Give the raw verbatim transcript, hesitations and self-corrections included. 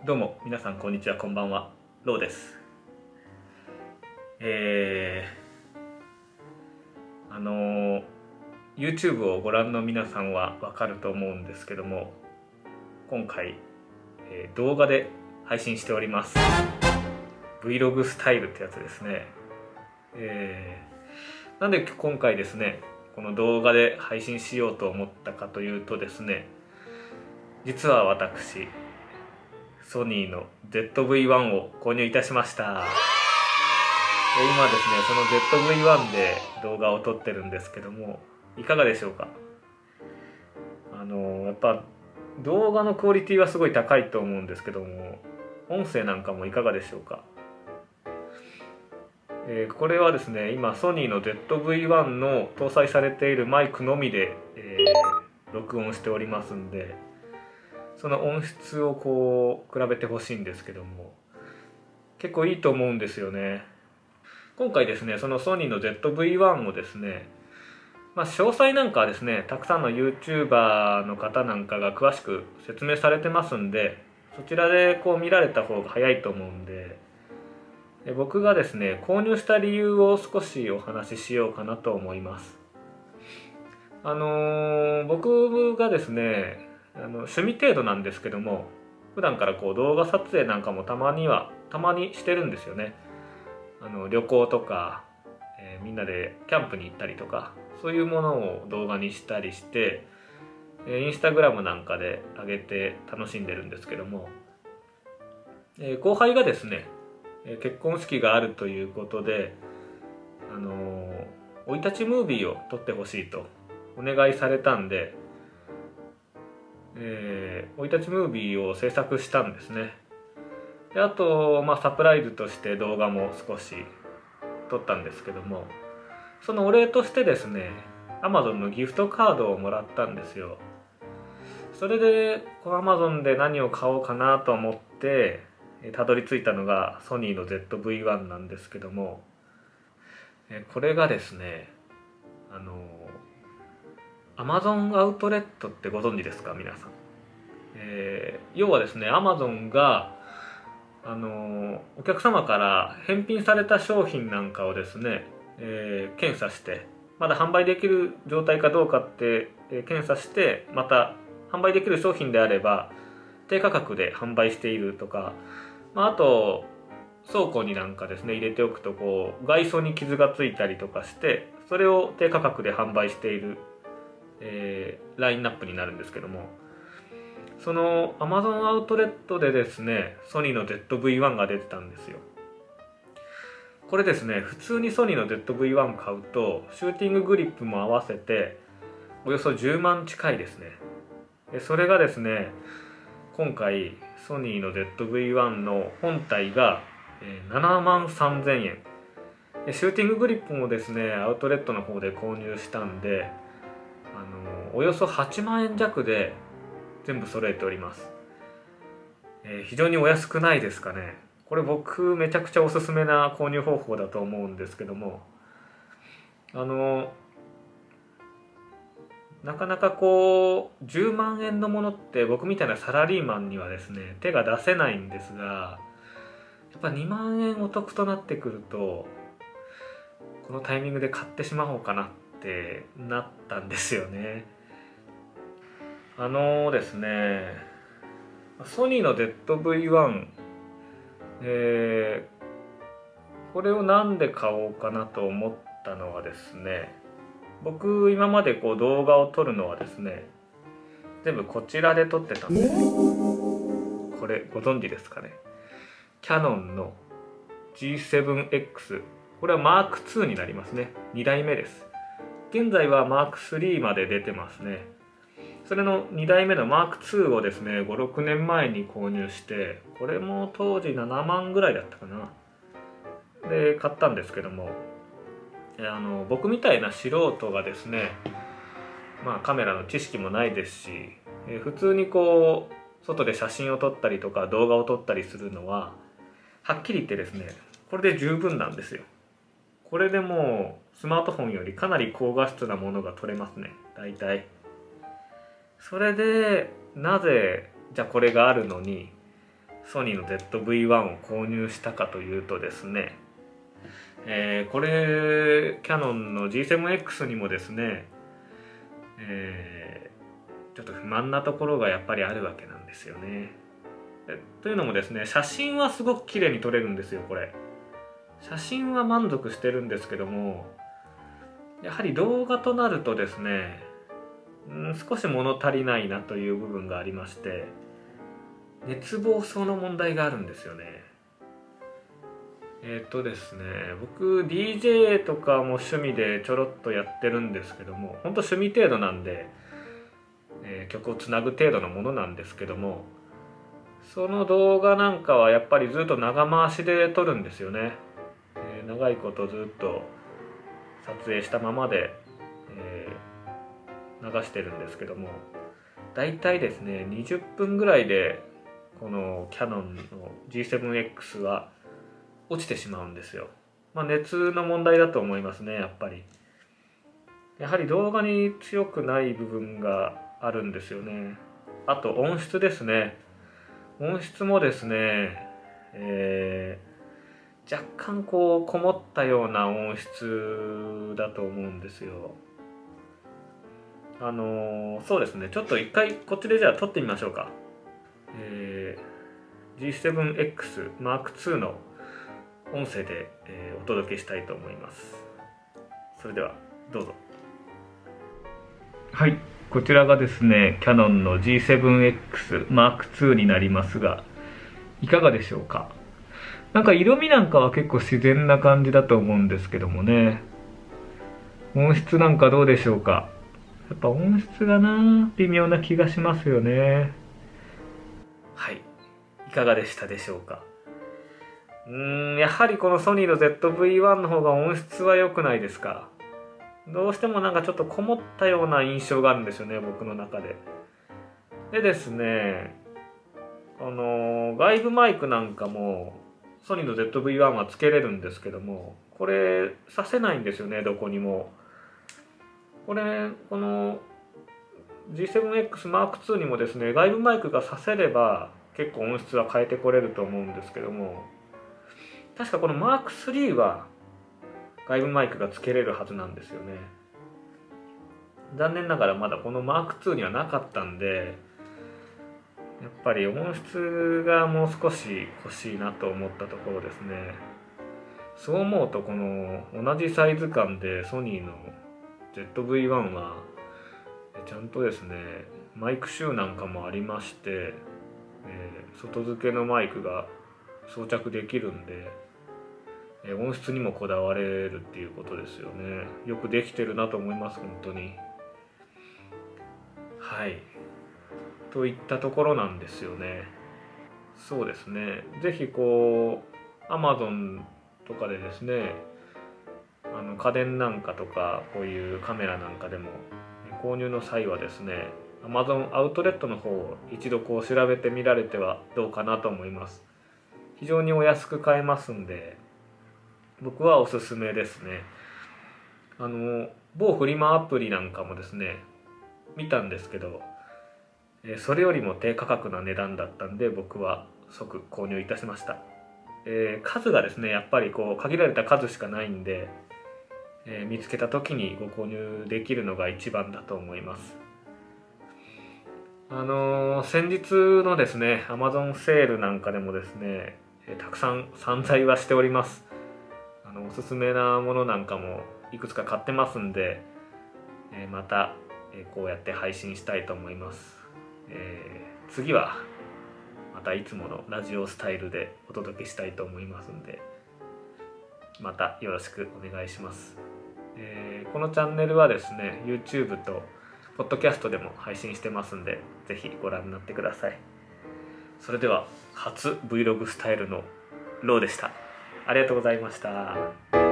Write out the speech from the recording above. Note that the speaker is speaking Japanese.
どうも皆さんこんにちは、こんばんは。ローです。えー、あのー、YouTube をご覧の皆さんはわかると思うんですけども、今回、えー、動画で配信しております。 Vlog スタイルってやつですね。えー、なんで今回ですねこの動画で配信しようと思ったかというとですね、実は私ソニーの ゼットブイワン を購入いたしました。今ですねその ゼットブイワン で動画を撮ってるんですけども、いかがでしょうか。あのやっぱ動画のクオリティはすごい高いと思うんですけども、音声なんかもいかがでしょうか。えー、これはですね今ソニーの ゼットブイワン の搭載されているマイクのみで、えー、録音しておりますんで、その音質をこう比べてほしいんですけども、結構いいと思うんですよね。今回ですねそのソニーの ゼットブイワン をですね、まあ、詳細なんかはですねたくさんの YouTuber の方なんかが詳しく説明されてますんで、そちらでこう見られた方が早いと思うんで、僕がですね購入した理由を少しお話ししようかなと思います。あのー、僕がですねあの趣味程度なんですけども、普段からこう動画撮影なんかもたまにはたまにしてるんですよね。あの旅行とか、えーみんなでキャンプに行ったりとか、そういうものを動画にしたりして、えーインスタグラムなんかで上げて楽しんでるんですけども、えー後輩がですねえー結婚式があるということで、あの生い立ちムービーを撮ってほしいとお願いされたんで、えー、生い立ちムービーを制作したんですね。であと、まあ、サプライズとして動画も少し撮ったんですけども、そのお礼としてですね Amazon のギフトカードをもらったんですよ。それでこの Amazon で何を買おうかなと思ってたどり着いたのがソニーの ゼットブイワン なんですけども、これがですねあの Amazon アウトレットってご存知ですか皆さん。えー、要はですね Amazon があのお客様から返品された商品なんかをですね、えー検査して、まだ販売できる状態かどうかって、えー検査して、また販売できる商品であれば低価格で販売しているとか、まあ、あと倉庫になんかですね入れておくとこう外装に傷がついたりとかして、それを低価格で販売している、えーラインナップになるんですけども、その Amazon アウトレットでですねソニーの ゼットブイワン が出てたんですよ。これですね普通にソニーの ゼットブイワン 買うとシューティンググリップも合わせておよそじゅうまん近いですね。それがですね今回ソニーの ゼットブイワン の本体がななまんさんぜんえん、シューティンググリップもですねアウトレットの方で購入したんで、あのおよそはちまんえん弱で全部揃えております。えー非常にお安くないですかね。これ僕めちゃくちゃおすすめな購入方法だと思うんですけども、あのなかなかこうじゅうまんえんのものって僕みたいなサラリーマンにはですね手が出せないんですが、やっぱにまんえんお得となってくるとこのタイミングで買ってしまおうかなってなったんですよね。あのですねソニーの ゼットブイワン、えーこれをなんで買おうかなと思ったのはですね、僕今までこう動画を撮るのはですね全部こちらで撮ってたんですよ。これご存知ですかね。キヤノンの ジーセブンエックス、 これはマークツーになりますね。にだいめです。現在はマークスリーまで出てますね。それのにだいめのマークツーをですねごろくねんまえに購入して、これも当時ななまんぐらいだったかなで買ったんですけども、あの僕みたいな素人がですね、まあ、カメラの知識もないですし、え普通にこう外で写真を撮ったりとか動画を撮ったりするのははっきり言ってですねこれで十分なんですよ。これでもうスマートフォンよりかなり高画質なものが撮れますね大体。それでなぜじゃあこれがあるのにソニーの ゼットブイワン を購入したかというとですね、えー、これキヤノンの ジーセブンエックス にもですね、えー、ちょっと不満なところがやっぱりあるわけなんですよね。というのもですね、写真はすごく綺麗に撮れるんですよ。これ写真は満足してるんですけども、やはり動画となるとですね、うん、少し物足りないなという部分がありまして、熱暴走の問題があるんですよね。えっとですね、僕 ディージェー とかも趣味でちょろっとやってるんですけども、ほんと趣味程度なんで、えー、曲をつなぐ程度のものなんですけども、その動画なんかはやっぱりずっと長回しで撮るんですよね。えー、長いことずっと撮影したままで、えー、流してるんですけども、だいたいですねにじゅっぷんぐらいでこのキヤノンの ジーセブンエックス は落ちてしまうんですよ。まあ熱の問題だと思いますね。やっぱりやはり動画に強くない部分があるんですよね。あと音質ですね。音質もですね、えー、若干こうこもったような音質だと思うんですよ。あのー、そうですね、ちょっと一回こっちでじゃあ撮ってみましょうか。えー、ジーセブンエックスマークツー の音声で、えー、お届けしたいと思います。それではどうぞ。はい、こちらがですね、キヤノンの ジーセブンエックスマークツー になりますが、いかがでしょうか。なんか色味なんかは結構自然な感じだと思うんですけどもね。音質なんかどうでしょうか。やっぱ音質がな微妙な気がしますよね。はい、いかがでしたでしょうか。うーん、やはりこのソニーの ゼットブイワン の方が音質は良くないですか。どうしてもなんかちょっとこもったような印象があるんですよね、僕の中で。でですね、あの外部マイクなんかもソニーの ゼットブイワン はつけれるんですけども、これさせないんですよね、どこにも。これこの ジーセブンエックスマークツー にもですね、外部マイクがさせれば結構音質は変えてこれると思うんですけども、確かこのマークスリーは外部マイクがつけれるはずなんですよね。残念ながらまだこのマークツーにはなかったんで、やっぱり音質がもう少し欲しいなと思ったところですね。そう思うとこの同じサイズ感でソニーの ゼットブイワン はちゃんとですね、マイク集なんかもありまして、えー、外付けのマイクが装着できるんで、えー、音質にもこだわれるっていうことですよね。よくできてるなと思います、本当に。はい、といったところなんですよね。そうですね、ぜひこう Amazon とかでですね、あの家電なんかとかこういうカメラなんかでも購入の際はですね、 Amazon アウトレットの方を一度こう調べてみられてはどうかなと思います。非常にお安く買えますんで、僕はおすすめですね。あの某フリマアプリなんかもですね見たんですけど、それよりも低価格な値段だったんで僕は即購入いたしました。えー、数がですねやっぱりこう限られた数しかないんで、えー、見つけた時にご購入できるのが一番だと思います。あのー、先日のですね Amazon セールなんかでもですね、えー、たくさん散財はしております。あのおすすめなものなんかもいくつか買ってますんで、えー、また、えー、こうやって配信したいと思います。えー、次はまたいつものラジオスタイルでお届けしたいと思いますんで、またよろしくお願いします。えー、このチャンネルはですね YouTube とポッドキャストでも配信してますんで、ぜひご覧になってください。それでは初 Vlog スタイルのローでした。ありがとうございました。